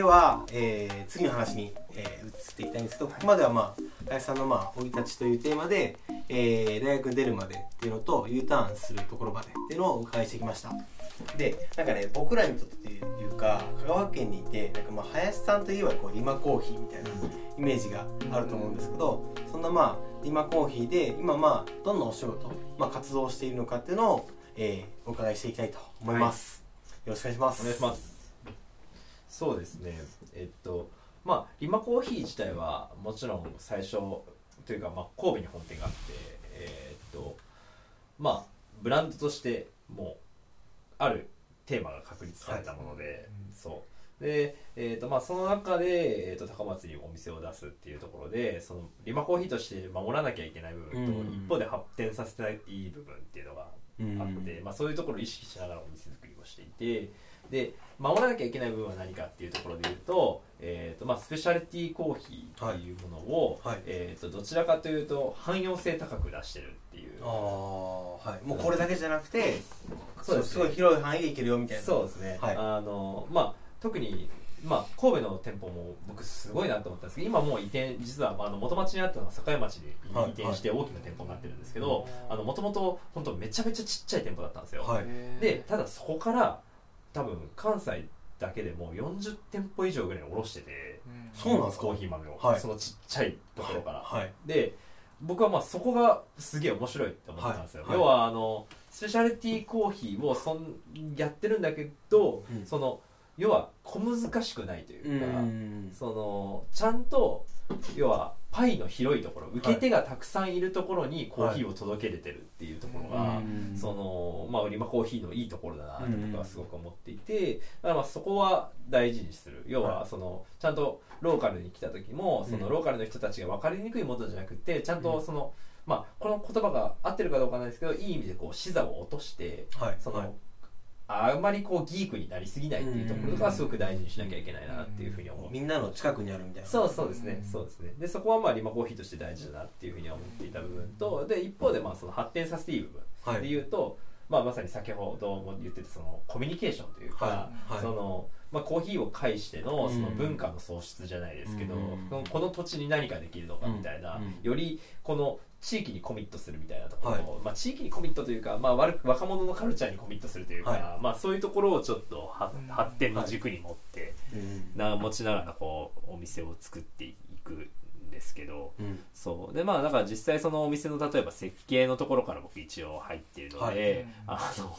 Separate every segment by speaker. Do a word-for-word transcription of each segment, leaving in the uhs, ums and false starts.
Speaker 1: では、えー、次の話に、えー、移っていきたいんですけど、ここまではまあ林さんのまあ生い立ちというテーマで、えー、大学に出るまでっていうのと U ターンするところまでっていうのをお伺いしてきました。でなんかね、僕らにとっていうか香川県にいてなんかまあ林さんといえばこうリマコーヒーみたいなイメージがあると思うんですけど、そんなまあリマコーヒーで今まあどんなお仕事、まあ、活動をしているのかっていうのを、えー、お伺いしていきたいと思います、はい、よろしくお願いします。
Speaker 2: お願いします。そうですね、えっとまあリマコーヒー自体はもちろん最初というか、まあ、神戸に本店があって、えー、っとまあブランドとしてもうあるテーマが確立されたもので、はい、そうで、えーとまあ、その中で、えーと高松にお店を出すっていうところで、そのリマコーヒーとして守らなきゃいけない部分と、うん、一方で発展させたい部分っていうのがあって、うん、まあ、そういうところを意識しながらお店作りをしていて、で守らなきゃいけない部分は何かっていうところで言うと、えーとまあ、スペシャリティコーヒーっていうものを、はいはい、えーとどちらかというと汎用性高く出してるっていう。
Speaker 1: あ、はい、もうこれだけじゃなくて、そうですね、すごい広い範囲でいけるよみたいな。
Speaker 2: そうですね、はい、あのまあ特に、まあ、神戸の店舗も僕すごいなと思ったんですけど、今もう移転、実はあの元町にあったのは栄町に移転して大きな店舗になってるんですけど、もともと本当めちゃめちゃちっちゃい店舗だったんですよ、はい、でただそこから多分関西だけでもよんじゅってんぽ以上ぐらい卸してて、
Speaker 1: そうなんですか、
Speaker 2: コーヒー豆を、はい、そのちっちゃいところから、
Speaker 1: はいはい、
Speaker 2: で僕はまあそこがすげえ面白いって思ったんですよ、はいはい、要はあのスペシャリティコーヒーをそんやってるんだけど、うん、その要は小難しくないというか、うん、そのちゃんと要はパイの広いところ、受け手がたくさんいるところにコーヒーを届けれてるっていうところが、はい、そのまあリマコーヒーのいいところだなと僕はすごく思っていて、だからまあそこは大事にする。要はそのちゃんとローカルに来た時も、そのローカルの人たちが分かりにくいものじゃなくて、ちゃんとその、まあこの言葉が合ってるかどうかなんですけど、いい意味でこう視座を落として、はい、その、はい、あまりこうギークになりすぎないっていうところがすごく大事にしなきゃいけないなっていうふうに思う。
Speaker 1: みんなの近くにあるみたいな。
Speaker 2: そうそうですね、そうですね。でそこはまあリマコーヒーとして大事だなっていうふうに思っていた部分と、で一方でまあその発展させていい部分で言うと、はい、まあまさに先ほども言ってたそのコミュニケーションというか、はいはい、そのまあコーヒーを介してのその文化の創出じゃないですけど、うん、この土地に何ができるのかみたいな、うん、よりこの地域にコミットするみたいなところを、はい、まあ、地域にコミットというか、まあ、若者のカルチャーにコミットするというか、はい、まあ、そういうところをちょっとは、うん、発展の軸に持って、はい、な持ちながらこうお店を作っていくんですけど、うん、そうでまあだから実際そのお店の例えば設計のところから僕一応入っているので、はい、あの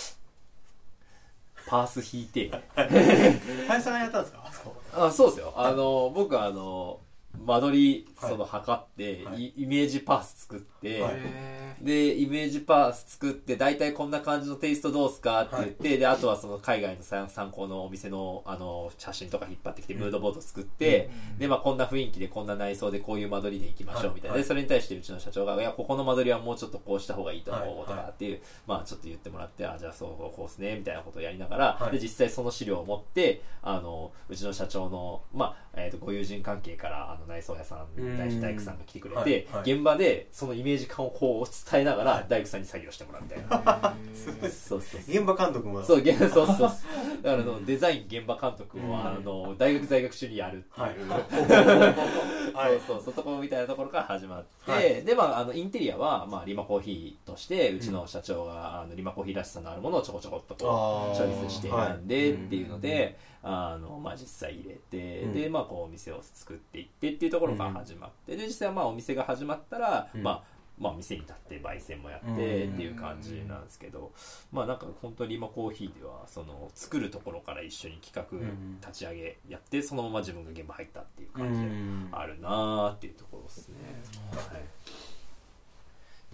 Speaker 2: パース引いて
Speaker 1: 林さんがやったんですか？
Speaker 2: あ、そうですよ。あの僕はあの間取りその測って、はい、イメージパース作って、はい、でイメージパース作って大体こんな感じのテイストどうすかって言って、はい、であとはその海外の参考のお店の、あの写真とか引っ張ってきてムードボード作って、うん、でまあ、こんな雰囲気でこんな内装でこういう間取りでいきましょうみたいな、はい、でそれに対してうちの社長がいやここの間取りはもうちょっとこうした方がいいと思うとかっていう、はい、まあちょっと言ってもらって、あじゃあそうこうですねみたいなことをやりながら、はい、で実際その資料を持ってあのうちの社長の、まあえー、とご友人関係からあの内装屋さん大工さんが来てくれて、はいはい、現場でそのイメージ感をこう伝えながら大工さんに作業してもらうみたいな
Speaker 1: そうそう現場監督も
Speaker 2: そうそうそうそうだからのデザイン現場監督をあの大学在学中にやるっていう、はい、そうそうそうところみたいなところから始まって、はい、でまああのインテリアは、まあ、リマコーヒーとしてうちの社長が、うん、あのリマコーヒーらしさのあるものをちょこちょこっとこうチョイスして選んでっていうので、あのまあ、実際入れて、うん、でまあこうお店を作っていってっていうところから始まって、うん、で実際はまあお店が始まったら、うん、まあまあ店に立って焙煎もやってっていう感じなんですけど、まあなんか本当に今コーヒーではその作るところから一緒に企画立ち上げやってそのまま自分が現場入ったっていう感じであるなーっていうところですね。はい、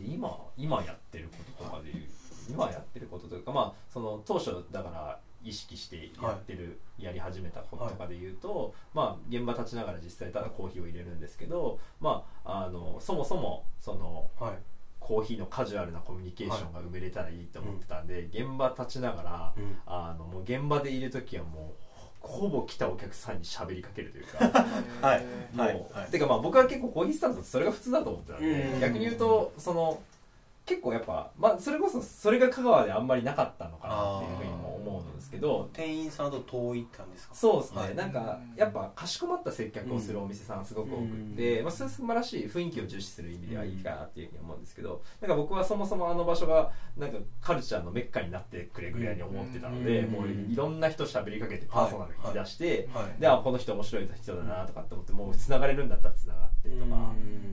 Speaker 2: で今今やってることとかでいう今やってることというか、まあその当初だから意識してやってる、はい、やり始めたこととかで言うと、はい、まあ現場立ちながら実際ただコーヒーを入れるんですけど、まああのそもそもその、はい、コーヒーのカジュアルなコミュニケーションが埋めれたらいいと思ってたんで、はい、現場立ちながら、うん、あのもう現場でいるときはもうほぼ来たお客さんに喋りかけるというかはいもう、はいはい、てかまあ僕は結構コーヒースタンドってそれが普通だと思ってたんで、逆に言うとその結構やっぱ、まあ、それこそそれが香川であんまりなかったのかなっていうふうにも思うんですですけど、
Speaker 1: 店員さんと遠いって感じですか？
Speaker 2: そうですね、
Speaker 1: はい、
Speaker 2: なんかやっぱかしこまった接客をするお店さんすごく多くて、うん、まあ、それ素晴らしい雰囲気を重視する意味ではいいかなっていうふうに思うんですけど、なんか僕はそもそもあの場所がなんかカルチャーのメッカになってくれぐらいに思ってたので、うん、もういろんな人喋りかけてパーソナル引き出して、はいはい、で、あ、この人面白い人だなとかって思って、もうつながれるんだったらつながってとか、うん、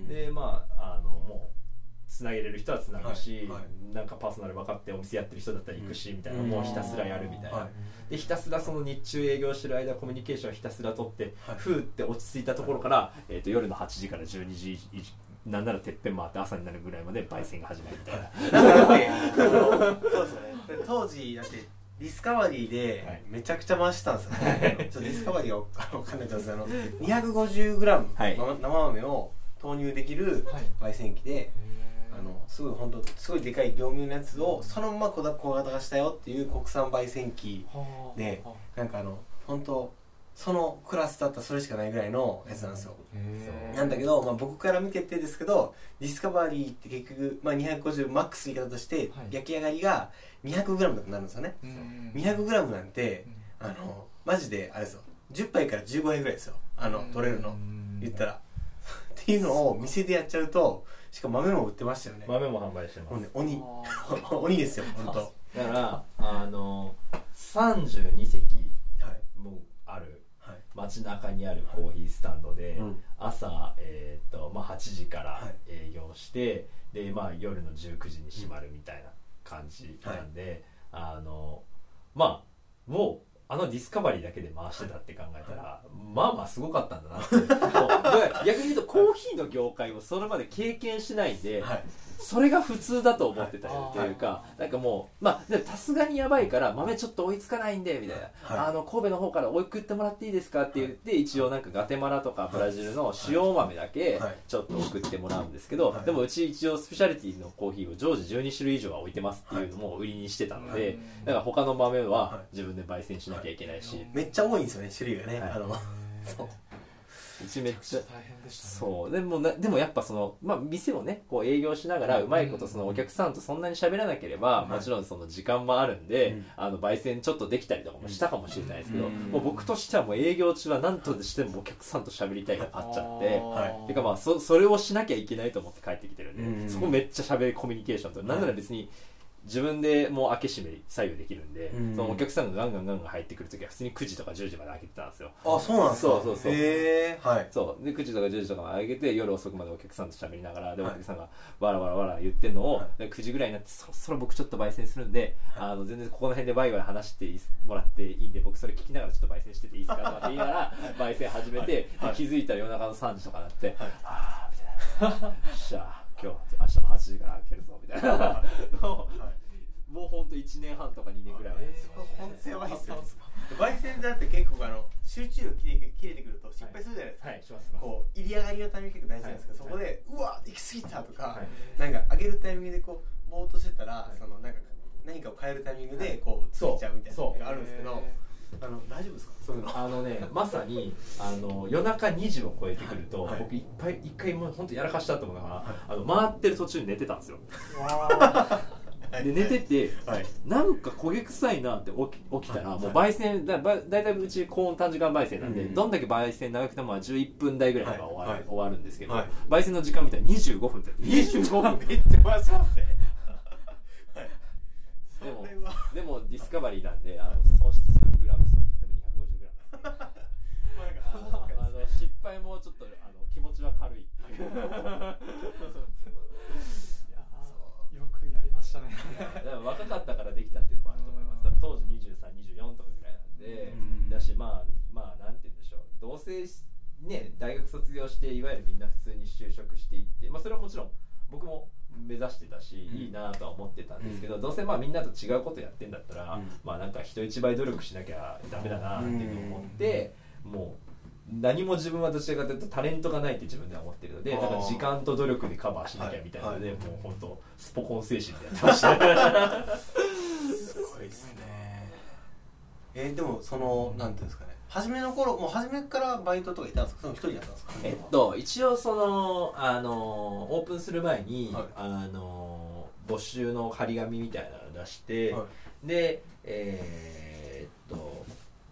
Speaker 2: でまああのもうつなげれる人はつなぐし、はいはい、なんかパーソナル分かってお店やってる人だったら行くし、うん、みたいな、もうひたすらやるみたいな、はい、でひたすらその日中営業してる間コミュニケーションをひたすら取って、はい、ふーって落ち着いたところから、はい、えー、と夜のはちじからじゅうにじなんならてっぺん回って朝になるぐらいまで焙煎が始まるみたいな、はい、なんか
Speaker 1: そうですね、当時だってディスカバリーでめちゃくちゃ回してたんですよね、はい、ちょっとディスカバリーが分かんないと思うんですけど、あの にひゃくごじゅうグラム 生豆を投入できる焙煎機で、はい、あのすごい本当すごいでかい業務用のやつをそのまま小型化したよっていう国産焙煎機で、なんかあの本当そのクラスだったらそれしかないぐらいのやつなんですよ。なんだけど、まあ、僕から見ててですけど、ディスカバリーって結局、まあ、にひゃくごじゅうマックス言い方として、はい、焼き上がりが にひゃくグラム とかなるんですよね。にひゃくグラム なんて、あのマジであれですよ、じゅっぱいからじゅうごはいぐらいですよ、あの取れるの言ったらっていうのを店でやっちゃうと、しかも豆も売ってましたよね。
Speaker 2: 豆も販売してます、
Speaker 1: ね、鬼鬼ですよ本当。
Speaker 2: だからあのさんじゅうにせきもある街中にあるコーヒースタンドで、はい、朝、えーとまあ、はちじから営業して、はい、でまあ、夜のじゅうくじに閉まるみたいな感じなんで、はい、あのまあもうあのディスカバリーだけで回してたって考えたら、はい、まあまあすごかったんだなって逆に言うとコーヒーの業界をそれまで経験しないんで、はい、それが普通だと思ってたというか、はい、なんかもうまあさすがにやばいから豆ちょっと追いつかないんでみたいな、はい、あの神戸の方から送ってもらっていいですかって言って、はい、一応なんかガテマラとかブラジルの塩豆だけちょっと送ってもらうんですけど、はい、でもうち一応スペシャリティのコーヒーを常時じゅうにしゅるい以上は置いてますっていうのも売りにしてたので、はい、だから他の豆は自分で焙煎しなきゃいけないし、はい、
Speaker 1: めっちゃ多いんですよね種類がね、はい、あのそう
Speaker 2: うちめっちゃ大変でしたね。そうでもなでもやっぱその、まあ、店をねこう営業しながらうまいことそのお客さんとそんなに喋らなければ、うん、もちろんその時間もあるんで、うん、あの焙煎ちょっとできたりとかもしたかもしれないですけど、うん、もう僕としてはもう営業中は何としてもお客さんと喋りたいが勝っちゃって、はい、てかまあ そ, それをしなきゃいけないと思って帰ってきてるんで、うん、そこめっちゃ喋りコミュニケーションと、なんなら別に自分でもう開け閉め左右できるんで、うん、そのお客さんがガンガンガンガン入ってくるときは普通にくじとかじゅうじまで開けてたんですよ。
Speaker 1: あ、そうなんですか。
Speaker 2: そうそうそう。
Speaker 1: へー、はい。
Speaker 2: そうでくじとかじゅうじとかまで開けて夜遅くまでお客さんと喋りながら、でお客さんがわらわらわら言ってるのを、はい、くじぐらいになってそろそろ僕ちょっと焙煎するんで、はい、あの全然ここの辺でワイワイ話してもらっていいんで僕それ聞きながらちょっと焙煎してていいですかとかって言いながら焙煎始めて、はい、気づいたら夜中のさんじとかなって、はい、あーみたいなよっしゃ今日明日もはちじから開けるぞみたいな、はい、もうほんといちねんはんとかにねんぐらいは、
Speaker 1: えー、ほんとやばいっすよ。焙煎だって結構あの集中力切れ切れてくると失敗するじゃないですか、はいはい、しますこう入り上がりのタイミング結構大事なんですけど、はい、そこで、はい、うわ行き過ぎたとか、はい、なんか上げるタイミングでこうぼーっとしてたら、はい、そのなんか何かを変えるタイミングでこうついちゃうみたいなのがあるんですけど、あの大丈夫ですかそういうの。
Speaker 2: あのねまさにあの夜中にじを超えてくると、はい、僕いっぱい一回もう本当やらかしたと思うのが、はい、あの回ってる途中に寝てたんですよ。で寝てて、はい、なんか焦げ臭いなって起き、起きたら、はい、もう焙煎だだいたいうち高温短時間焙煎なんで、うん、どんだけ焙煎長くてもじゅういっぷんだいぐらいが終わる、はい、終わるんですけど、はい、焙煎の時間見たらにじゅうごふんってにじゅうごふん
Speaker 1: めっちゃ回しますね。
Speaker 2: でもでもディスカバリーなんであの損失するグラム数で言ってもにひゃくごじゅうグラムなんであの失敗もちょっとあの気持ちは軽いっていう。
Speaker 3: よくやりましたね。
Speaker 2: 若かったからできたっていうのもあると思います。当時にじゅうさん、にじゅうよんとかぐらいなんで、うん、だしまあまあなんて言うんでしょう。どうせね大学卒業していわゆるみんな普通に就職していって、まあそれはもちろん僕も目指してたし、うん、いいなとは思ってたんですけど、うん、どうせまあみんなと違うことやってんだったら、うん、まあなんか人一倍努力しなきゃダメだなっていうのを思って、うん、もう。何も自分はどちらかというとタレントがないって自分では思ってるので、だから時間と努力でカバーしなきゃみたいなので、はいはい、もう本当スポコン精神でやってましたね。
Speaker 1: すごいですね。えー、でもそのなんていうんですかね、初めの頃もう初めからバイトとかいたんですか、その一人だったんですか。
Speaker 2: えっと一応そのあのオープンする前に、はい、あの募集の張り紙みたいなのを出して、はい、でえー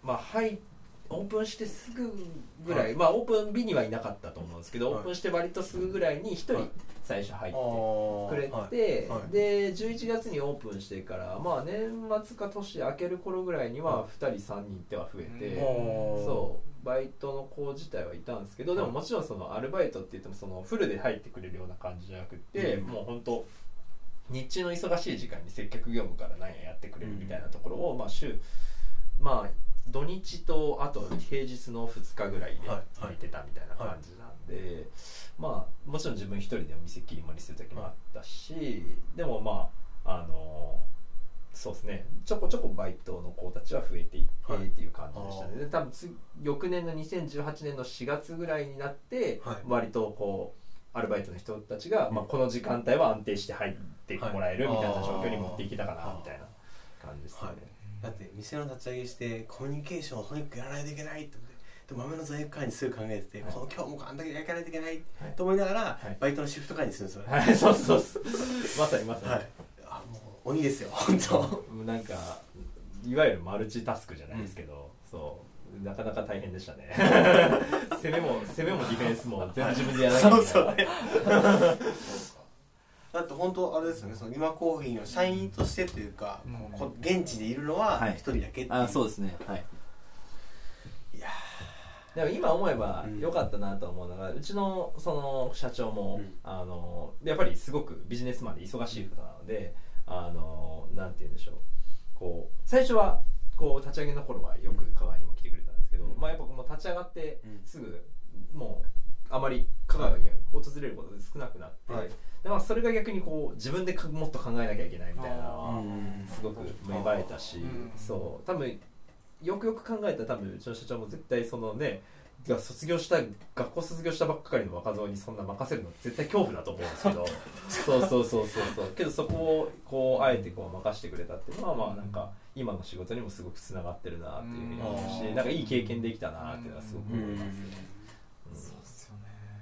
Speaker 2: まあはいオープンしてすぐぐらい、はい、まあオープン日にはいなかったと思うんですけど、はい、オープンして割とすぐぐらいにひとり最初入ってくれて、はいはい、でじゅういちがつにオープンしてからまあ年末か年明ける頃ぐらいにはふたりさんにんっては増えて、そうバイトの子自体はいたんですけど、でももちろんそのアルバイトって言ってもそのフルで入ってくれるような感じじゃなくて、うん、もう本当日中の忙しい時間に接客業務から何ややってくれるみたいなところを、まあ週まあ土日とあと平日のふつかぐらいで見てたみたいな感じなんで、はいはい、まあもちろん自分一人でお店切り盛りする時もあったし、でもまああのそうですねちょこちょこバイトの子たちは増えていってっていう感じでしたね、はい、で多分つ翌年のにせんじゅうはちねんのしがつぐらいになって割とこうアルバイトの人たちが、まあ、この時間帯は安定して入ってもらえるみたいな状況に持っていけたかなみたいな感じですね、はい、
Speaker 1: だって店の立ち上げしてコミュニケーションをとにかくやらないといけないってで豆の罪悪感にすぐ考えてて、はい、この今日もあんだけやらないといけないと思いながら、はい、バイトのシフト会にするんですよね、
Speaker 2: はい、そうそうそうまさにまさに、はい、あ
Speaker 1: もう鬼ですよ本当
Speaker 2: なんかいわゆるマルチタスクじゃないですけど、うん、そうなかなか大変でしたね攻めも攻めもディフェンスも全部自分でやらなきゃいけない、そうそうね
Speaker 1: だって本当あれですよね、その今コーヒーの社員としてというか、うん、こう現地でいるのは一人だけっていう、
Speaker 2: はい、あそうですね、はい、いやでも今思えば良かったなと思うのが、うん、うちのその社長も、うん、あのやっぱりすごくビジネスマンで忙しい方なので、あのなんて言うんでしょう、こう最初はこう立ち上げの頃はよく香川にも来てくれたんですけど、うん、まあやっぱもう立ち上がってすぐ、うん、もうあまり香川に訪れることで少なくなって、はい、でまあ、それが逆にこう自分でかもっと考えなきゃいけないみたいなのはすごく芽生えたし、そう多分よくよく考えたら多分うちの社長も絶対そのねが卒業した学校卒業したばっかりの若造にそんな任せるの絶対恐怖だと思うんですけどそうそうそうそうそうけどそこをこうあえてこう任せてくれたっていうのはまあなんか今の仕事にもすごくつながってるなっていうふうに思うし、なんかいい経験できたなっていうのはすごく思いますね。
Speaker 3: うん、そうっすよね。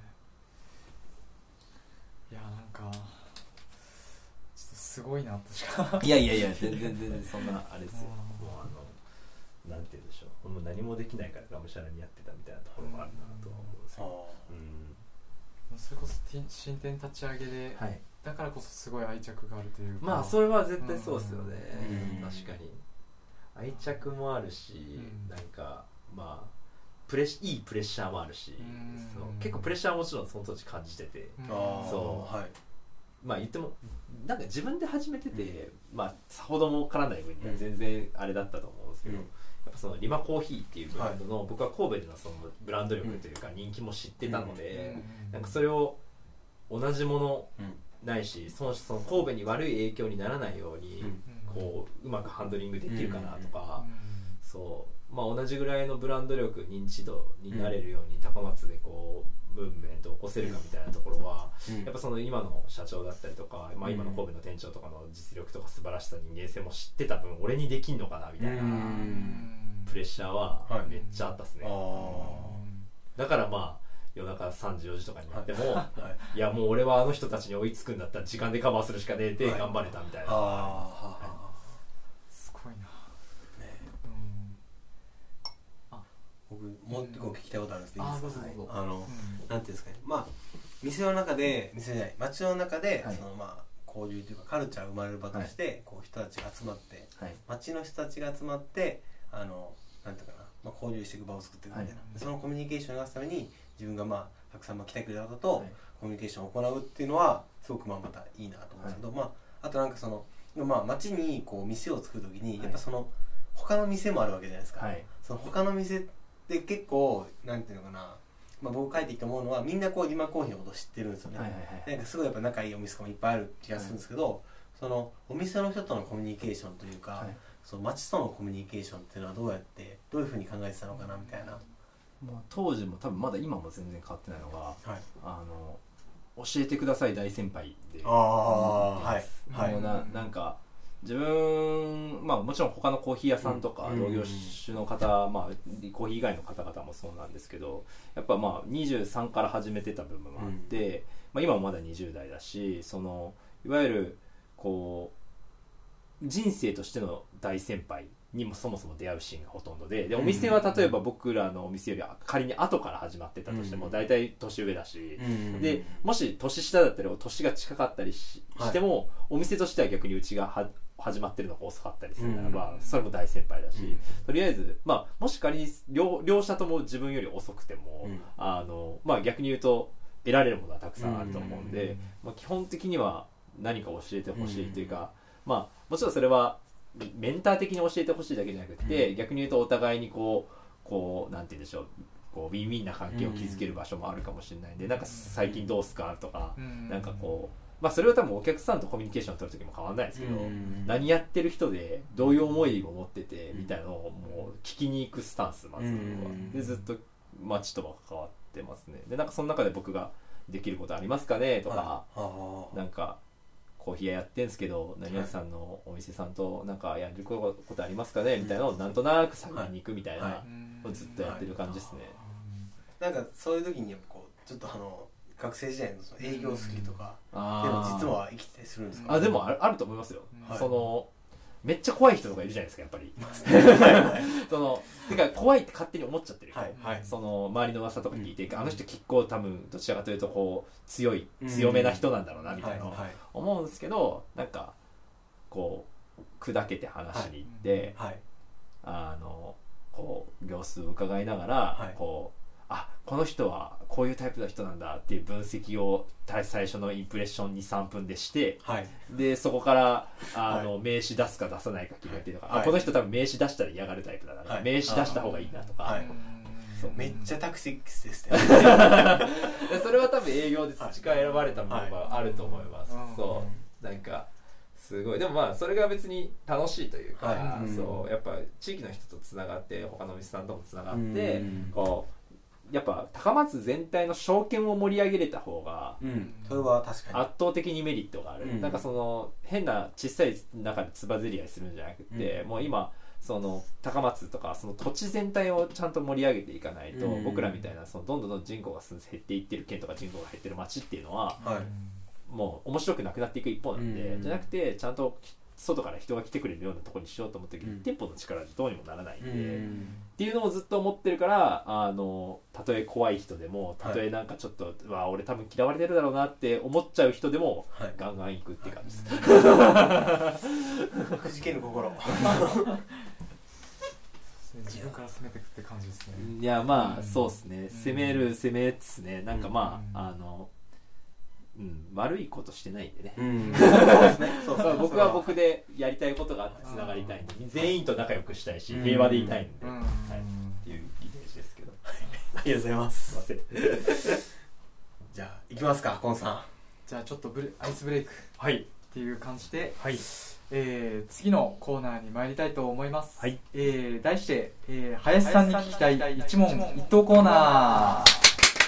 Speaker 3: いやなんかちょっとすごいなとしか
Speaker 2: いやいやいや全然全然そんなあれですよ。もうあのなんて言うんでしょう、もう何もできないからがむしゃらにやってたみたいなところもあるなとは思うんですけど、
Speaker 3: うん、それこそ新店立ち上げで、はい、だからこそすごい愛着があるというか、
Speaker 2: まあそれは絶対そうですよね、うん、確かに愛着もあるし、うん、なんかまあプレッいいプレッシャーもあるし、うん、そう結構プレッシャーはもちろんその当時感じてて、うん、そう、はい、まあ言ってもなんか自分で始めてて、うん、まあさほども絡んない分には全然あれだったと思うんですけど、うん、やっぱそのリマコーヒーっていうブランドの、はい、僕は神戸でのそのブランド力というか人気も知ってたので、うん、なんかそれを同じものないし、その、その神戸に悪い影響にならないように、うん、こううまくハンドリングできるかなとか、うん、そうまあ同じぐらいのブランド力認知度になれるように高松でこうムーブメントを起こせるかみたいなところは、うん、やっぱその今の社長だったりとか、まあ、今の神戸の店長とかの実力とか素晴らしさ人間性も知ってた分俺にできんのかなみたいなプレッシャーはめっちゃあったっすね、はい、だからまあ夜中さんじよじとかになっても、はい、いやもう俺はあの人たちに追いつくんだったら時間でカバーするしかねえで頑張れたみたいな、はい、
Speaker 3: すごいな、ね、
Speaker 1: うん、あ僕もう一個聞きたいことあるんですけどいいですか、あの、うん、なんていうんですかね、まあ店の中で店じゃない街の中で、はい、そのまあ交流というかカルチャーが生まれる場として、はい、こう人たちが集まって、はい、街の人たちが集まってあのなんていうかな、まあ、交流していく場を作っていくみたいな、はい、そのコミュニケーションを生かすために自分がまあたくさんまあ来てくれた方と、はい、コミュニケーションを行うっていうのはすごくまあまたいいなと思うんですけど、はい、まああとなんかそのまあ街にこう店を作るときにやっぱその他の店もあるわけじゃないですか、はい、その他の店って結構なんていうのかな、まあ、僕帰ってきて思うのはみんなこうリマコーヒーのことを知ってるんですよね、はいはいはい、なんかすごいやっぱ仲いいお店もいっぱいある気がするんですけど、はい、そのお店の人とのコミュニケーションというか、はい、その街とのコミュニケーションっていうのはどうやってどういうふうに考えてたのかなみたいな、
Speaker 2: まあ、当時も多分まだ今も全然変わってないのが、はい、あの教えてください大先輩で、ああ、はい、はい、な, なんか自分、まあもちろん他のコーヒー屋さんとか同業種の方、まあコーヒー以外の方々もそうなんですけど、やっぱまあにじゅうさんから始めてた部分もあって、まあ今もまだにじゅう代だし、そのいわゆるこう人生としての大先輩にもそもそも出会うシーンがほとんどで、でお店は例えば僕らのお店よりは仮に後から始まってたとしても大体年上だし、でもし年下だったり年が近かったり し,、はい、してもお店としては逆にうちがは始まってるのが遅かったりするならば、それも大先輩だし、とりあえず、まあ、もし仮に 両, 両者とも自分より遅くても、あのまあ、逆に言うと得られるものはたくさんあると思うんで、まあ、基本的には何か教えてほしいというか、まあ、もちろんそれはメンター的に教えてほしいだけじゃなくて、うん、逆に言うとお互いにこうこうなんて言うんでしょう、こうウィンウィンな関係を築ける場所もあるかもしれないんで、うん、なんか最近どうすかとか、うん、なんかこう、まあ、それは多分お客さんとコミュニケーションを取る時も変わらないですけど、うん、何やってる人でどういう思いを持っててみたいなのをもう聞きに行くスタンス、まずは、うん、でずっと街とは関わってますね。でなんかその中で僕ができることありますかねとか、はい、なんかコーヒー屋やってんすけど何々さんのお店さんとなんかやることありますかねみたいなのをなんとなく探りに行くみたいなのをずっとやってる感じですね。
Speaker 1: なんかそういう時にこうちょっとあの学生時代のその営業スキルとかでも実は生きてたりするんですか？
Speaker 2: あでもあ る, あると思いますよ、はい、そのめっちゃ怖い人とかいるじゃないですかやっぱりそのてか怖いって勝手に思っちゃってる人、はいはい、その周りの噂とか聞いて、うん、あの人結構多分どちらかというとこう強い強めな人なんだろうなみたいなの思うんですけど、なんかこう砕けて話しに行って、はいはい、あのこう様子を伺いながら、はい、こうあこの人はこういうタイプの人なんだっていう分析を最初のインプレッション にさんぷんでして、はい、でそこからあの、はい、名刺出すか出さないか決めてとか、はい、あこの人多分名刺出したら嫌がるタイプだな、はい、名刺出した方がいいなとか、はい、
Speaker 1: そうめっちゃタクシックスですね
Speaker 2: それは多分営業で培えられたものがあると思います、はい、そうなんかすごいでもまあそれが別に楽しいというか、はい、そうやっぱ地域の人とつながって他のお店さんともつながって、こうやっぱ高松全体の証券を盛り上げれた方が、
Speaker 1: うん、それは確かに
Speaker 2: 圧倒的にメリットがある、うん、なんかその変な小さい中でつばぜり合いするんじゃなくて、うん、もう今その高松とかその土地全体をちゃんと盛り上げていかないと、うん、僕らみたいなそのどんどんどん人口が減っていってる県とか人口が減ってる町っていうのは、はい、もう面白くなくなっていく一方なんで、うん、じゃなくてちゃんと外から人が来てくれるようなところにしようと思った時に、うん、店舗の力でどうにもならないんで、うん、っていうのをずっと思ってるから、あのたとえ怖い人でもたとえなんかちょっと、はい、わ俺多分嫌われてるだろうなって思っちゃう人でも、はい、ガンガン行くって感じです、
Speaker 1: はい、くじけぬ心
Speaker 3: 自分から攻めていくって感じですね。
Speaker 2: いやまあ、うん、そうですね、攻める攻めですね。なんかまあ、うん、あのうん、悪いことしてないんでね、うん、そうですねそうそう僕は僕でやりたいことがあってつながりたいんで、全員と仲良くしたいし、うん、平和でいたいんで、うんはい、っていうイメージですけど
Speaker 1: ありがとうございます。すいませんじゃあ行きますかコンさん。
Speaker 3: じゃあちょっとブレアイスブレイクっていう感じで、
Speaker 1: はい
Speaker 3: えー、次のコーナーに参りたいと思います、
Speaker 1: はい
Speaker 3: えー、題して、えー、林さんに聞きたい一問一答コーナー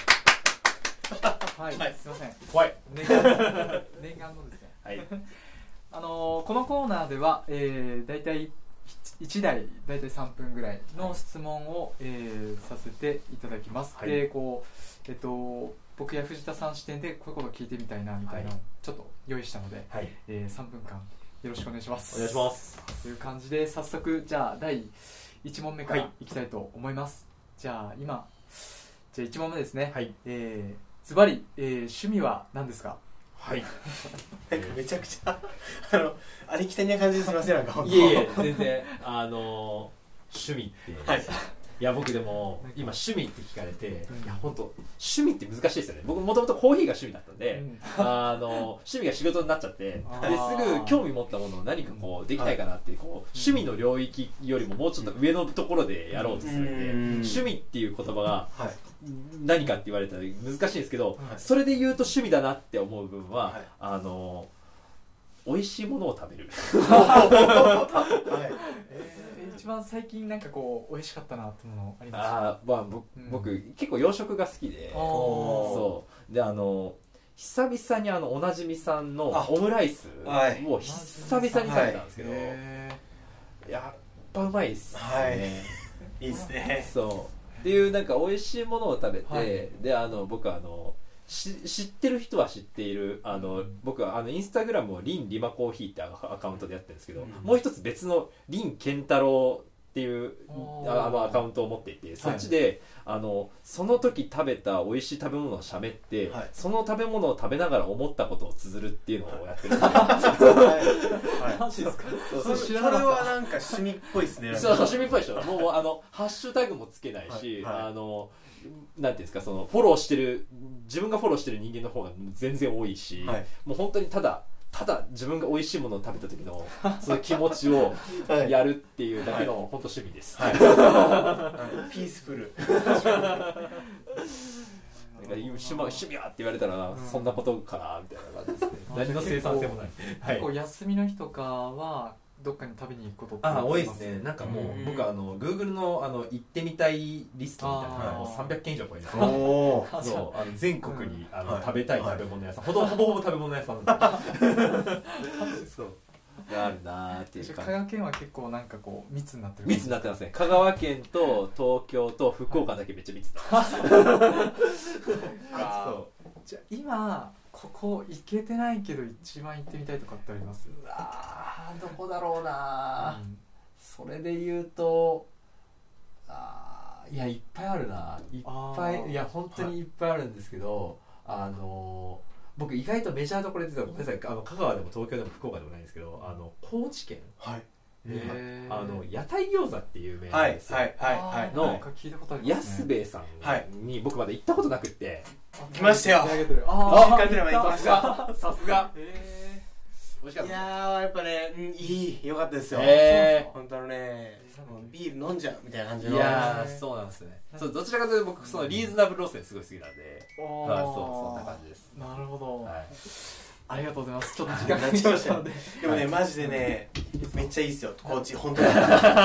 Speaker 3: はい、はい、すいません。
Speaker 1: 怖い。
Speaker 3: 念願念願のですね。はい。あのー、このコーナーでは、えー、だいたいいちだいだいたいさんぷんぐらいの質問を、えー、させていただきます。はい、で、こうえっと僕や藤田さん視点でこういうことを聞いてみたいなみたいな、はい、ちょっと用意したので、はいえー、さんぷんかんよろしくお願いします。
Speaker 2: お願いします。
Speaker 3: という感じで早速じゃあだいいち問目からいきたいと思います。はい、じゃあ今じゃあいち問目ですね。はい。えーズバリ、えー、趣味は何ですか？
Speaker 1: はいなんかめちゃくちゃあのありきたりな感じですみませんなんか
Speaker 2: いえいえ全然あの趣味って、はい、いや僕でも今趣味って聞かれて、うん、いや本当趣味って難しいですよね。僕もともとコーヒーが趣味だったんで、うん、あの趣味が仕事になっちゃってですぐ興味持ったものを何かこうできないかなっていう、こう趣味の領域よりももうちょっと上のところでやろうとするんで、うん、趣味っていう言葉が何かって言われたら難しいんですけど、はい、それで言うと趣味だなって思う部分は、はい、あの美味しいものを食べる
Speaker 3: はいえー、一番最近なんかこう美味しかったなってものありますか？
Speaker 2: あ、まあ、僕、うん、僕結構洋食が好きで、そうであの久々にあのおなじみさんのオムライスを久々に食べたんですけど、はい、やっぱうまいですね、はい、
Speaker 1: いいですね。
Speaker 2: そうっていうなんか美味しいものを食べて、はい、であの僕あのし知ってる人は知っているあの、うん、僕はあのインスタグラムをリンリマコーヒーってアカウントでやってるんですけど、うん、もう一つ別のリンケンタロウっていうあのアカウントを持っていて、そっちで、はい、あのその時食べた美味しい食べ物をしゃべって、はい、その食べ物を食べながら思ったことを綴るっていうのをやってるんですよ。
Speaker 3: マジですか？
Speaker 1: それはなんか趣味っぽいですね。
Speaker 2: そうそう趣味っぽいでしょ。もうあのハッシュタグもつけないし、はいはい、あのなんていうんですか、そのフォローしてる自分がフォローしてる人間の方が全然多いし、はい、もう本当にただただ自分が美味しいものを食べた時のその気持ちをやるっていうだけの本当趣味です。はい
Speaker 1: はい、ピースフル。
Speaker 2: 趣味趣味はって言われたら、うん、そんなことかなみたいな感じですね。何の生産性もない。
Speaker 3: 結構休みの日とかはどっかに食べに行くことって
Speaker 2: あ多いですね。なんかもう、うん、僕あの Google のあの行ってみたいリストみたいなのがさんびゃっけん以上超えてます。おそうあの全国に、うん、あの、はい、食べたい食べ物屋さん、はい、ほぼほぼほぼ食べ物屋さんそうがあるなーっていう
Speaker 3: か。香川県は結構なんかこう密になってる。
Speaker 2: 密になってますね。香川県と東京と福岡だけめっちゃ密になってます。
Speaker 3: そうじゃあ今ここ行けてないけど一番行ってみたいとかってあります？
Speaker 2: うわーどこだろうな、うん、それで言うとあいやいっぱいあるないっぱいいや本当にいっぱいあるんですけど、はい、あの僕意外とメジャーどころで言ってたらごめんなさい、あの香川でも東京でも福岡でもないんですけど、あの高知県、はい、あの屋台餃子っていう名なんですよ。
Speaker 1: はいはいはいはい
Speaker 2: の安兵衛さんに僕まだ行ったことなくって。
Speaker 1: 来ましたよ。
Speaker 3: あ
Speaker 2: あさすが。美味しかった。
Speaker 1: いやーやっぱね、うん、いい良かったですよ。
Speaker 2: えー、
Speaker 1: 本当のねビール飲んじゃうみたいな感じの。
Speaker 2: いやーそうなんですね。そうどちらかというと僕そのリーズナブル路線すごい好きなんで、うん、あそうそんな感じです。
Speaker 3: なるほど。
Speaker 2: はい。
Speaker 3: ありがとうございます。ちょっと時間が経ちましたので。
Speaker 1: でもねマジでねめっちゃいいですよ。高知本当に。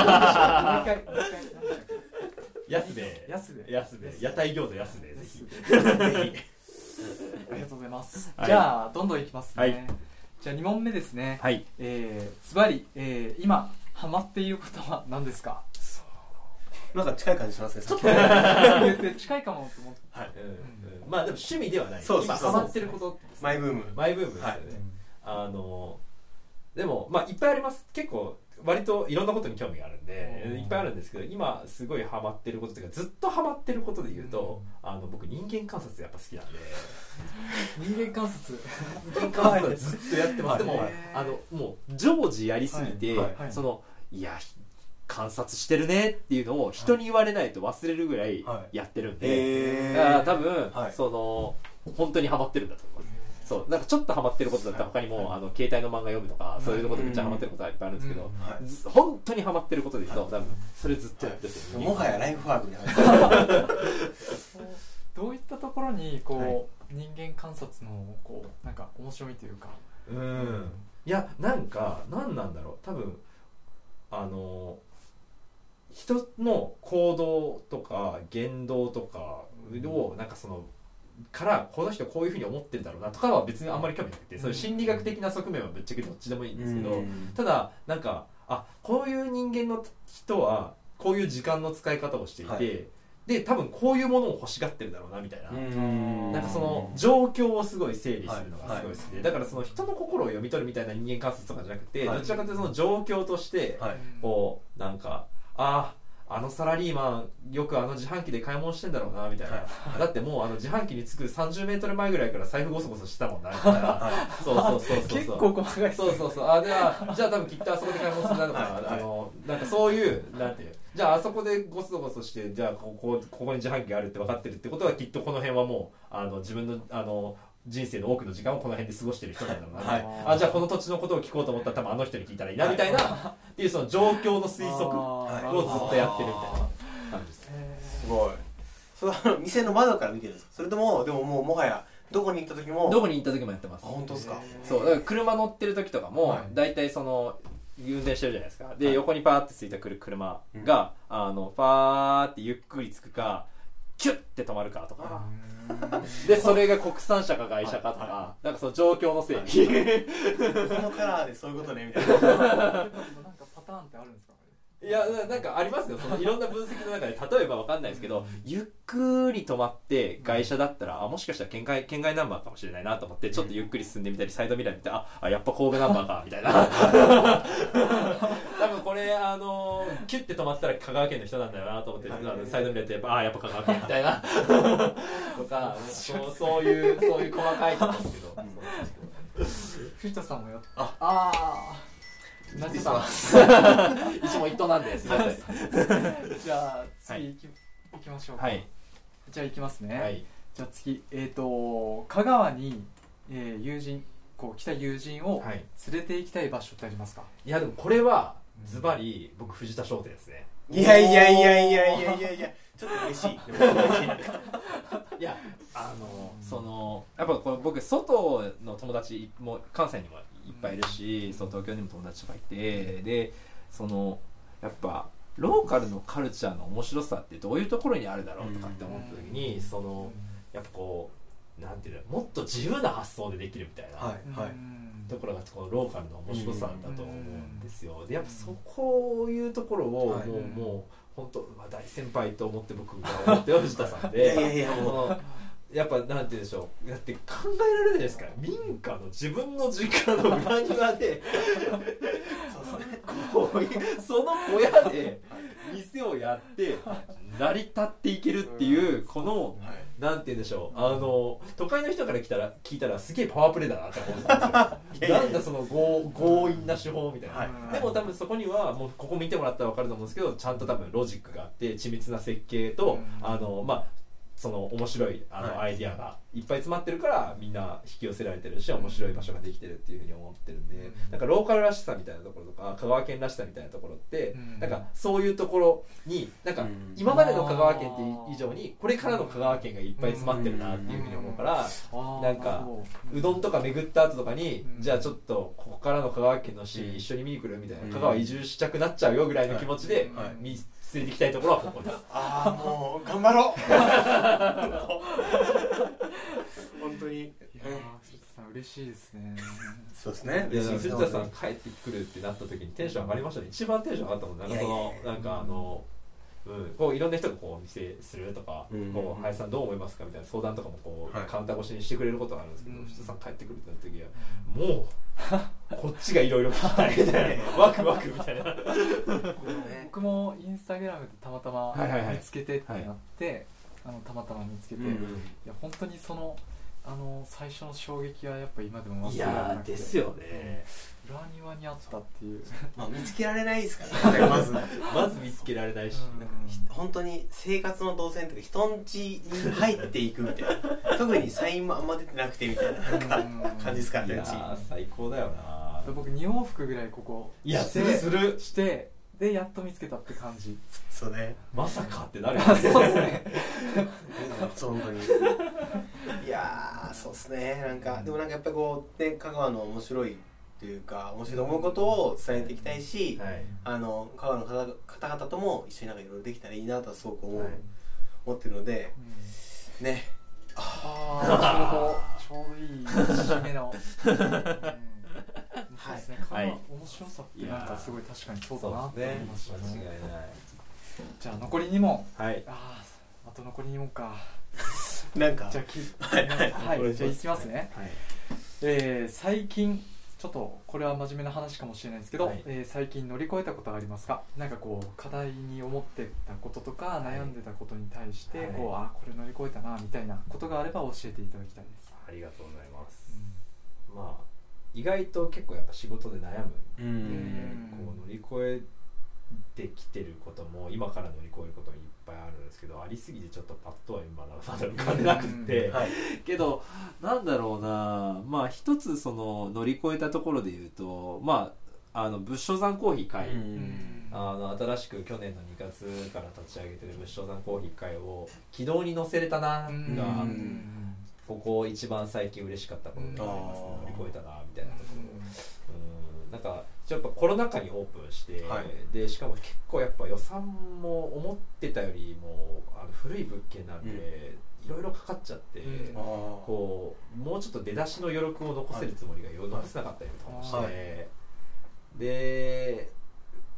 Speaker 2: 安で安で安で屋台餃子安でぜひぜひ。
Speaker 3: ありがとうございます。じゃあどんどんいきますね。はい、じゃあに問目ですね。
Speaker 2: はい。
Speaker 3: えー、ズバリ、えー、今ハマっていることは何ですか？
Speaker 1: なんか近い感じしますね。
Speaker 3: ちょっと言って近いかもと思って。
Speaker 2: はい。うん、まあでも趣味ではない。
Speaker 1: そう
Speaker 2: 今ハマってること、
Speaker 1: マイブーム。
Speaker 2: マイブームですよね。はい、あのでもまあいっぱいあります。結構。割といろんなことに興味があるんでいっぱいあるんですけど、今すごいハマってることというかずっとハマってることで言うと、うん、あの僕人間観察やっぱ好きなんで
Speaker 3: 人間観察
Speaker 2: 人間観察はずっとやってます。でもあのもう常時やりすぎて、はいはい、そのいや観察してるねっていうのを人に言われないと忘れるぐらいやってるんで、はい、だから多分、はい、その本当にハマってるんだと思います。そうなんかちょっとハマってることだったら他にも、はい、あの携帯の漫画読むとか、そういうことめっちゃハマってることはいっぱいあるんですけど、うんうん、本当にハマってることで言うと、はい、多分それずっとやってる、
Speaker 1: はい、もはやライフワークに入ってる
Speaker 3: どういったところにこう、はい、人間観察のこうなんか面白みというか、
Speaker 2: うん、うん、いやなんか何なんだろう、多分あの人の行動とか言動とかをなんかそのからこの人こういうふうに思ってるんだろうなとかは別にあんまり興味なくて、そういう心理学的な側面はぶっちゃけどっちでもいいんですけど、ただなんかあこういう人間の人はこういう時間の使い方をしていて、はい、で多分こういうものを欲しがってるだろうなみたいな、なんかその状況をすごい整理するのがすごい好きで、はいはい、だからその人の心を読み取るみたいな人間観察とかじゃなくて、はい、どちらかというとその状況として、はい、こうなんかああのサラリーマンよくあの自販機で買い物してんだろうなみたいな、はい、だってもうあの自販機に着くさんじゅうメートルまえぐらいから財布ゴソゴソしてたもんなみたいな、はい、そうそうそうそう
Speaker 3: 結構細かい
Speaker 2: そうそうそうあではじゃあ多分きっとあそこで買い物するんだとか、はい、あのなんかそういうなんていうじゃああそこでゴソゴソしてじゃあここここに自販機があるって分かってるってことはきっとこの辺はもうあの自分のあの人生の多くの時間をこの辺で過ごしてる人なんだろうな、はい、あじゃあこの土地のことを聞こうと思ったら多分あの人に聞いたらいいなみたいな、はい、っていうその状況の推測をずっとやってるみたいな感じです。
Speaker 1: すごい。それは店の窓から見てるんですか？それともでももうもはやどこに行った時も
Speaker 2: どこに行った時もやってます。
Speaker 1: あ本当ですか？
Speaker 2: そうだから車乗ってる時とかもだいたいその運転してるじゃないですか。で、はい、横にパーってついてくる車が、うん、あのパーってゆっくりつくかキュッて止まるかとか。でそれが国産車か外車かとか、はいはい、なんかその状況のせいに、
Speaker 1: はい、このカラーでそういうことねみたいななんか
Speaker 3: パターンってあるんですか？
Speaker 2: いやなんかありますよ、そのいろんな分析の中で。例えばわかんないですけど、ゆっくり止まって外車だったら、あもしかしたら県外県外ナンバーかもしれないなと思って、ちょっとゆっくり進んでみたり、サイドミラー見て、ああやっぱ神戸ナンバーかみたいな多分これあのキュッて止まったら香川県の人なんだよなと思って、サイドミラーってやっぱあやっぱ香川県みたいなとか、そうそういうそういう細かいことですけど
Speaker 3: 藤田さんもやっ
Speaker 1: あ
Speaker 3: あ
Speaker 1: なってた
Speaker 2: 一問一答なんですみません
Speaker 3: じゃあ次行き、行きましょうか。
Speaker 2: はい
Speaker 3: じゃあ行きますね、
Speaker 2: はい、
Speaker 3: じゃあ次えっ、ー、と香川に、えー、友人こう来た友人を連れて行きたい場所ってありますか？
Speaker 2: いやでもこれはズバリ僕藤田商店ですね。
Speaker 1: いやいやいやいやいやいやいやちょっと嬉しい
Speaker 2: いやあのそのやっぱこれ僕外の友達も関西にもいっぱいいるし、そう東京にも友達とかいて、でそのやっぱローカルのカルチャーの面白さってどういうところにあるだろうとかって思った時に、そのやっぱこうなんていうのもっと自由な発想でできるみたいな、
Speaker 1: はいはい、
Speaker 2: ところがこのローカルの面白さだと思うんですよ。でやっぱそこいうところをもう、はい、もう本当、まあ、大先輩と思って僕が思って藤田さんでいやいやもうやっぱなんて言うんでしょう、だって考えられないですから、民家の自分の実家の裏庭でこうその小屋で店をやって成り立っていけるっていうこのなんて言うんでしょう、あの都会の人から来たら聞いたらすげえパワープレイだなって思うんですよなんだその強強引な手法みたいな、はい、でも多分そこにはもうここ見てもらったら分かると思うんですけど、ちゃんと多分ロジックがあって緻密な設計と、あのまあその面白いあのアイディアがいっぱい詰まってるからみんな引き寄せられてるし、面白い場所ができてるっていうふうに思ってるんで、なんかローカルらしさみたいなところとか香川県らしさみたいなところってなんかそういうところになんか今までの香川県って以上にこれからの香川県がいっぱい詰まってるなっていうふうに思うから、なんかうどんとか巡った後とかにじゃあちょっとここからの香川県の市一緒に見に来るみたいな、香川移住したくなっちゃうよぐらいの気持ちで見連れて行きたいところはここです。
Speaker 1: ああもう頑張ろう本当に。いや
Speaker 3: 藤田さん嬉しいですね。
Speaker 1: そうですね。
Speaker 2: 藤田さん帰ってくるってなった時にテンション上がりましたね。一番テンション上がったもん。なんかそのなんかあの。うん、こういろんな人がこう店するとか、うん、こう林さんどう思いますかみたいな相談とかもこう、はい、カウンター越しにしてくれることがあるんですけど、藤田さん帰ってくるってなった時はもうこっちがいろいろ聞きたいみたいなワクワクみたいな
Speaker 3: 僕もインスタグラムでたまたま見つけてってなって、はいはいはい、あのたまたま見つけて、うんうん、いや本当にそのあの最初の衝撃はやっぱ今でも忘れられなくて、
Speaker 2: いやですよね、
Speaker 3: 裏庭にあったっていう
Speaker 1: まあ見つけられないですからねまず
Speaker 2: まず見つけられないし、
Speaker 1: なんか本当に生活の動線とか人ん家に入っていくみたいな特にサインもあんま出てなくてみたいななんか感じですからね。
Speaker 2: いや最高だよな。
Speaker 3: 僕に往復ぐらいここ
Speaker 2: いやするする
Speaker 3: してでやっと見つけたって感じ。
Speaker 1: そうね、
Speaker 2: まさかってなるよね
Speaker 3: そうですね
Speaker 1: 本当にいやーそうですね。なんかでもなんかやっぱりこう、ね、香川の面白いというか面白いと思うことを伝えていきたいし、はい、あの香川の方々とも一緒になんかいろいろできたらいいなとはすごく思う、はい、思ってるので、うん、ね
Speaker 3: ああちょうどいい締めの、うんそうですね、はい、面白さってなんかすごい確かにそうだなって思いましたね。間違いない。じゃあ残りに問、はい、ああと残りに問か
Speaker 1: なんか
Speaker 3: じゃあきはいはい、はい、じゃあいきますね、はい、えー、最近ちょっとこれは真面目な話かもしれないですけど、はい、えー、最近乗り越えたことはありますか？なんかこう課題に思ってたこととか、はい、悩んでたことに対して、はい、こうあこれ乗り越えたなみたいなことがあれば教えていただきたいです。
Speaker 2: ありがとうございます、うん、まあ意外と結構やっぱ仕事で悩むんで、こう乗り越えてきてることも今から乗り越えることもいっぱいあるんですけど、ありすぎてちょっとパッとは今まだ浮かんでなくて、はい、けどなんだろうな、まあ一つその乗り越えたところで言うと、まああの仏生山コーヒー会、あの新しく去年のにがつから立ち上げてる仏生山コーヒー会を軌道に乗せれたながここ一番最近嬉しかったことであります、ね、乗り越えたなみたいなところ、うん、なんかやっぱコロナ禍にオープンして、はい、でしかも結構やっぱ予算も思ってたよりもあの古い物件なんで、いろいろかかっちゃって、うん、こうもうちょっと出だしの余力を残せるつもりが、はい、残せなかったりとかもして、はい、で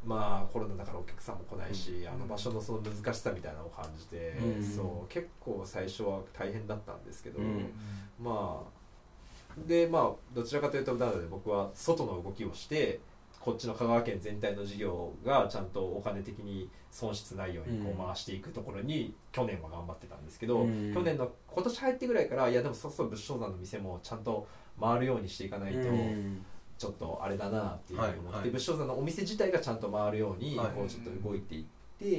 Speaker 4: まあコロナだからお客さんも来ないし、うん、あの場所のその難しさみたいなのを感じて、うん、そう結構最初は大変だったんですけど、うん、まあでまあどちらかというとなので僕は外の動きをしてこっちの香川県全体の事業がちゃんとお金的に損失ないようにこう回していくところに去年は頑張ってたんですけど、うん、去年の今年入ってぐらいからいやでもそろそろ仏生山の店もちゃんと回るようにしていかないと、うんちょっとあれだなっていうふうに思って、はいはい、仏生山のお店自体がちゃんと回るようにこうちょっと動いていって、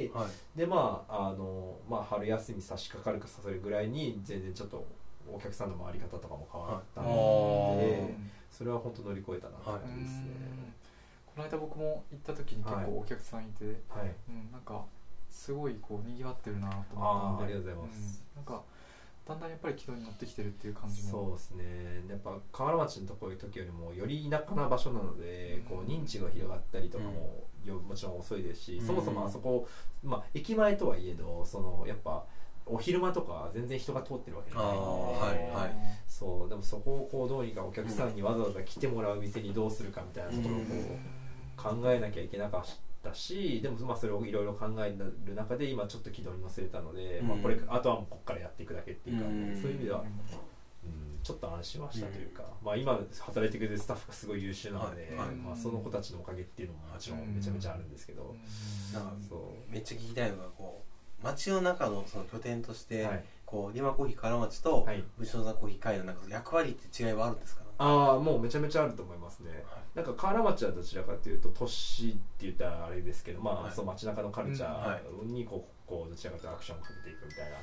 Speaker 4: はい、でまああの、まあ、春休み差し掛かるかさせるぐらいに全然ちょっとお客さんの回り方とかも変わったので、はい、それは本当乗り越えたなって感じですね、はい、
Speaker 3: この間僕も行った時に結構お客さんいて、はいうん、なんかすごいこう賑わってるなと思ったんで
Speaker 4: あ, ありがとうございます、
Speaker 3: うん、なんかだんだんやっぱり軌道に乗ってきてるっていう感じも
Speaker 4: そうですねやっぱ河原町のところに時よりもより田舎な場所なので、うん、こう認知が広がったりとかも、うん、もちろん遅いですし、うん、そもそもあそこ、まあ、駅前とはいえどそのやっぱお昼間とか全然人が通ってるわけじゃないので、はいはい、そうでもそこをこうどうにかお客さんにわざわざ来てもらう店にどうするかみたいなところをこう考えなきゃいけなかったしでもまあそれをいろいろ考える中で今ちょっと軌道に乗せれたので、うんまあ、これあとはもうここからやっていくだけっていうか、うん、そういう意味では、うん、ちょっと安心はしたというか、うんまあ、今働いてくれるスタッフがすごい優秀なので、はいまあ、その子たちのおかげっていうのももちろんめちゃめちゃあるんですけど、
Speaker 1: うん、なんかそうめっちゃ聞きたいのがこう町の中のその拠点として、はい、こうリマコーヒー河原町と仏生山コーヒー会のなんか役割って違いはあるんですかね。
Speaker 4: ああもうめちゃめちゃあると思いますね、はい、なんか河原町はどちらかというと都市って言ったらあれですけど、まあはい、そう街中のカルチャーにこう、こうどちらかというとアクションをかけていくみたい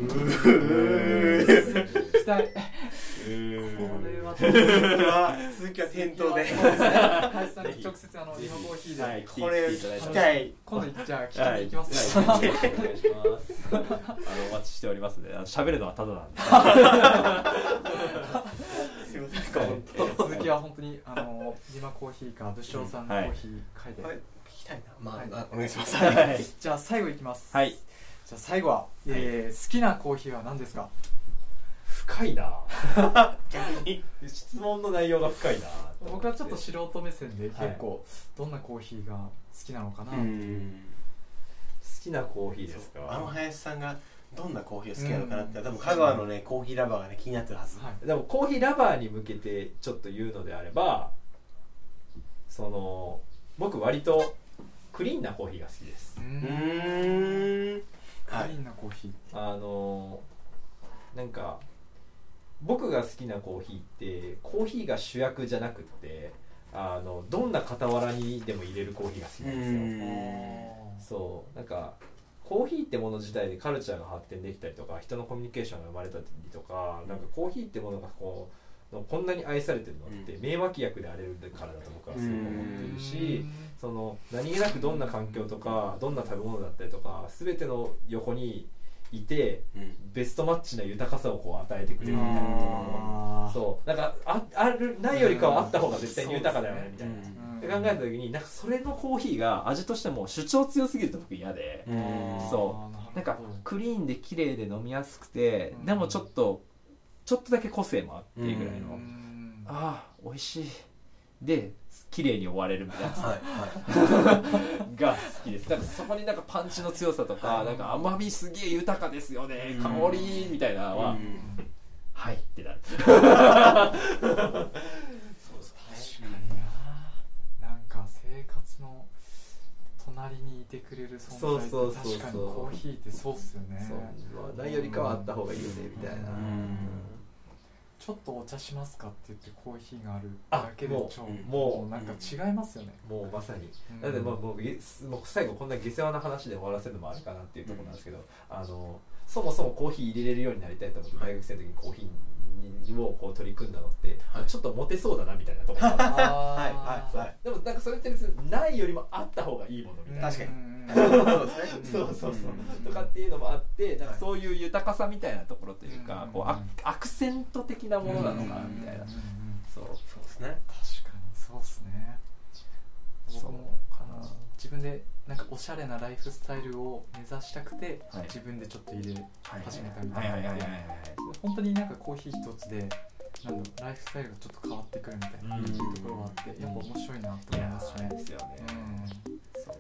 Speaker 4: な
Speaker 3: うーん期待これは続きは
Speaker 1: 続きは店頭で
Speaker 3: 林さんに直接あのリマコーヒーで、はい、
Speaker 1: これ聞きたい
Speaker 3: 今度じゃあ聞きに行きますね、はい、お願いし
Speaker 2: ますあのお待ちしておりますので喋るのはただなんですいません、
Speaker 3: はい、続きは本当にあのリマコーヒーか仏生山コーヒー会で、はいはい
Speaker 1: 聞きたいな、まあ、はい、お願いします、
Speaker 3: はい、じゃあ最後いきます、
Speaker 2: はい、
Speaker 3: じゃあ最後は、えー、好きなコーヒーは何ですか。
Speaker 4: 深いな逆に質問の内容が深いな
Speaker 3: 僕はちょっと素人目線で結構どんなコーヒーが好きなのかなっていう、
Speaker 4: 好きなコーヒーですか。
Speaker 1: あの林さんがどんなコーヒーが好きなのかなって多分香川のねコーヒーラバーがね気になってるはず、はい、
Speaker 4: でもコーヒーラバーに向けてちょっと言うのであればその僕割とクリーンなコーヒーが好きです。
Speaker 3: うーん、クリーンなコーヒ
Speaker 4: ー、あのなんか僕が好きなコーヒーってコーヒーが主役じゃなくってあのどんな傍らにでも入れるコーヒーが好きなんですよ。そうなんかコーヒーってもの自体でカルチャーが発展できたりとか人のコミュニケーションが生まれたりとか、なんかコーヒーってものがこうこんなに愛されてるのって名脇役であれるからだと僕はすごく思っているし、その何気なくどんな環境とかどんな食べ物だったりとか全ての横にいて、うん、ベストマッチな豊かさをこう与えてくれるみたいな、そうなんか あ, あるないよりかはあった方が絶対に豊かだよねみたいな、うん、考えた時になんかそれのコーヒーが味としても主張強すぎると僕嫌で、うん、そうなんかクリーンで綺麗で飲みやすくて、うん、でもちょっとちょっとだけ個性もあってぐらいの、うん、ああ美味しいで綺麗に終われるみたいな、はいはい、が好きです。だからそこになんかパンチの強さとか、はい、なんか甘みすげえ豊かですよね、うん、香りみたいなのは、うん、はいってなるそうそう確か
Speaker 3: にな、なんか生活の隣にいてくれる存在って確かにコーヒーってそうっすよね。
Speaker 4: そう、まあ、ないよりかはあった方がいいよねみたいな、うん、
Speaker 3: ちょっとお茶しますかって言ってコーヒーがあるだけでちょもうなんか違いますよね、
Speaker 4: うん、もうまさに、うん、だってもうもうもう最後こんな下世話な話で終わらせるのもあるかなっていうところなんですけど、うん、あのそもそもコーヒー入れれるようになりたいと思って大学生の時にコーヒーをこう取り組んだのって、はい、ちょっとモテそうだなみたいなところがあって、はいはいはい、でもなんかそれって別にないよりもあった方がいいものみたいな、
Speaker 1: 確かに
Speaker 4: そうそうそうとかっていうのもあって、なんかそういう豊かさみたいなところというか、こうア, アクセント的なものなのかなみたいな、
Speaker 1: そうそうですね、
Speaker 3: 確かにそうですね。僕もあの自分でなんかおしゃれなライフスタイルを目指したくて、はい、自分でちょっと入れ始めたみたいなので、本当になんかコーヒー一つでなんだライフスタイルがちょっと変わってくるみたいな、うん、ところがあって、やっぱ面白いなと思いますね。
Speaker 4: ですよね。うん、そう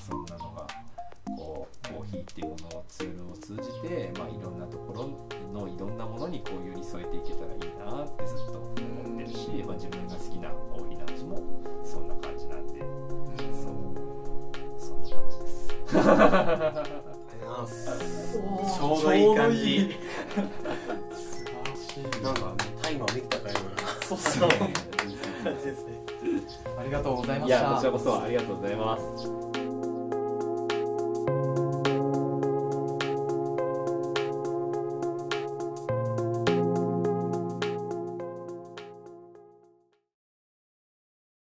Speaker 2: そんなのがこうコーヒーっていうものをツールを通じて、まあ、いろんなところのいろんなものにこう寄り添えていけたらいいなってずっと思ってるし、まあ、自分が好きなコーヒーの味もそんな感じなんで、そうそんな感じです。
Speaker 1: ありがとうございます。ちょうどいい感じ。
Speaker 3: 素晴らしい。
Speaker 1: なんかタイマーできたかような。
Speaker 3: そうっすね。
Speaker 1: 感じですね。
Speaker 3: ありがとうございま
Speaker 2: い
Speaker 3: した。
Speaker 2: やこちらこそありがとうございます。